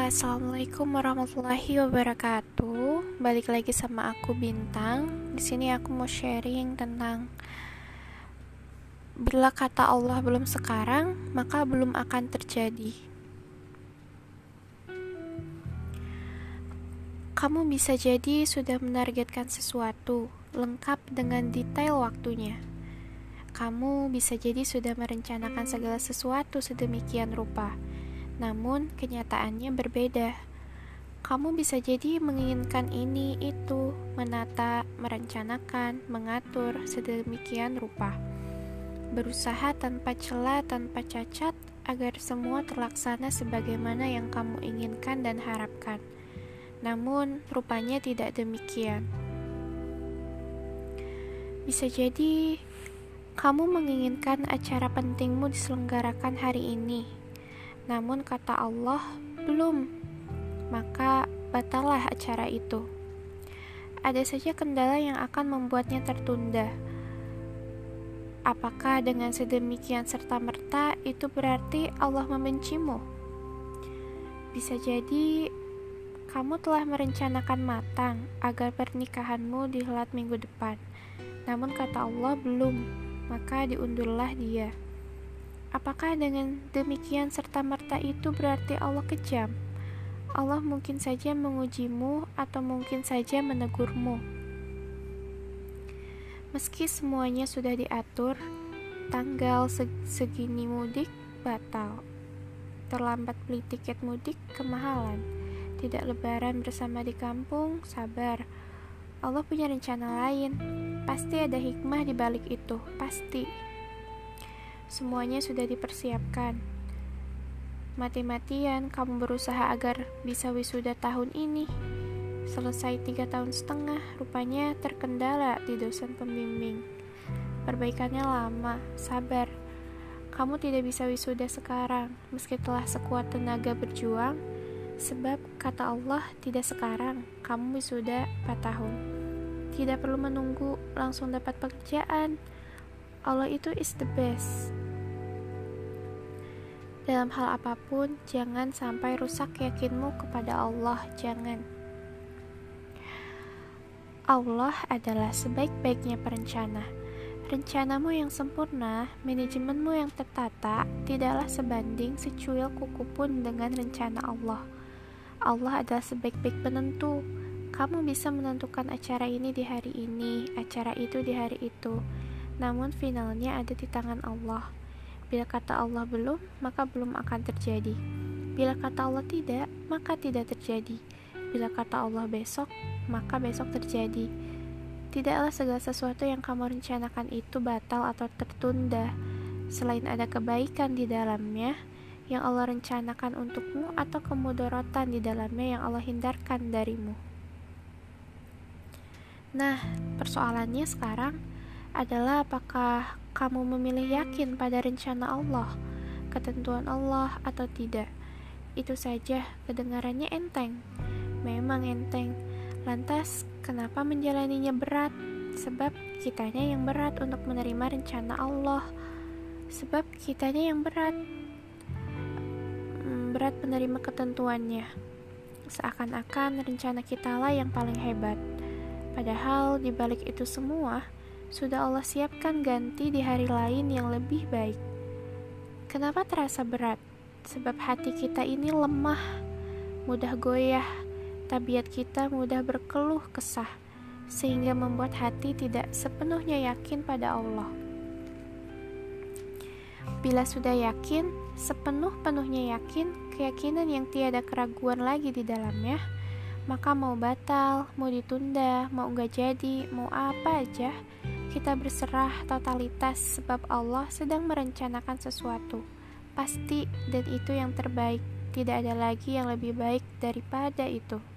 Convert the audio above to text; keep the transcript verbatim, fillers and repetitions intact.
Assalamualaikum warahmatullahi wabarakatuh. Balik lagi sama aku Bintang. Di sini aku mau sharing tentang bila kata Allah belum sekarang, maka belum akan terjadi. Kamu bisa jadi sudah menargetkan sesuatu, lengkap dengan detail waktunya. Kamu bisa jadi sudah merencanakan segala sesuatu sedemikian rupa. Namun, kenyataannya berbeda. Kamu bisa jadi menginginkan ini, itu, menata, merencanakan, mengatur sedemikian rupa. Berusaha tanpa celah, tanpa cacat, agar semua terlaksana sebagaimana yang kamu inginkan dan harapkan. Namun, rupanya tidak demikian. Bisa jadi, kamu menginginkan acara pentingmu diselenggarakan hari ini. Namun kata Allah, belum, maka batallah acara itu. Ada saja kendala yang akan membuatnya tertunda. Apakah dengan sedemikian serta-merta itu berarti Allah membencimu? Bisa jadi kamu telah merencanakan matang agar pernikahanmu dihelat minggu depan. Namun kata Allah belum, maka diundurlah dia. Apakah dengan demikian serta-merta itu berarti Allah kejam? Allah mungkin saja mengujimu atau mungkin saja menegurmu. Meski semuanya sudah diatur, tanggal segini mudik batal. Terlambat beli tiket mudik kemahalan. Tidak lebaran bersama di kampung, sabar. Allah punya rencana lain. Pasti ada hikmah di balik itu, pasti. Semuanya sudah dipersiapkan. Mati-matian kamu berusaha agar bisa wisuda tahun ini. Selesai tiga tahun setengah, rupanya terkendala di dosen pembimbing. Perbaikannya lama, sabar. Kamu tidak bisa wisuda sekarang, meski telah sekuat tenaga berjuang, sebab kata Allah tidak sekarang, kamu wisuda empat tahun. Tidak perlu menunggu langsung dapat pekerjaan. Allah itu is the best. Dalam hal apapun, jangan sampai rusak yakinmu kepada Allah, jangan. Allah adalah sebaik-baiknya perencana. Rencanamu yang sempurna, manajemenmu yang tertata, tidaklah sebanding secuil kuku pun dengan rencana Allah. Allah adalah sebaik-baik penentu. Kamu bisa menentukan acara ini di hari ini, acara itu di hari itu. Namun finalnya ada di tangan Allah. Bila kata Allah belum, maka belum akan terjadi. Bila kata Allah tidak, maka tidak terjadi. Bila kata Allah besok, maka besok terjadi. Tidaklah segala sesuatu yang kamu rencanakan itu batal atau tertunda. Selain ada kebaikan di dalamnya yang Allah rencanakan untukmu atau kemudaratan di dalamnya yang Allah hindarkan darimu. Nah, persoalannya sekarang adalah apakah kamu memilih yakin pada rencana Allah, ketentuan Allah atau tidak. Itu saja, kedengarannya enteng. Memang enteng. Lantas, kenapa menjalaninya berat? Sebab kitanya yang berat untuk menerima rencana Allah. Sebab kitanya yang berat. Berat menerima ketentuannya. Seakan-akan rencana kitalah yang paling hebat. Padahal di balik itu semua, sudah Allah siapkan ganti di hari lain yang lebih baik. Kenapa terasa berat? Sebab hati kita ini lemah, mudah goyah, tabiat kita mudah berkeluh kesah, sehingga membuat hati tidak sepenuhnya yakin pada Allah. Bila sudah yakin, sepenuh-penuhnya yakin, keyakinan yang tiada keraguan lagi di dalamnya, maka mau batal, mau ditunda, mau enggak jadi, mau apa aja, kita berserah totalitas sebab Allah sedang merencanakan sesuatu. Pasti dan itu yang terbaik. Tidak ada lagi yang lebih baik daripada itu.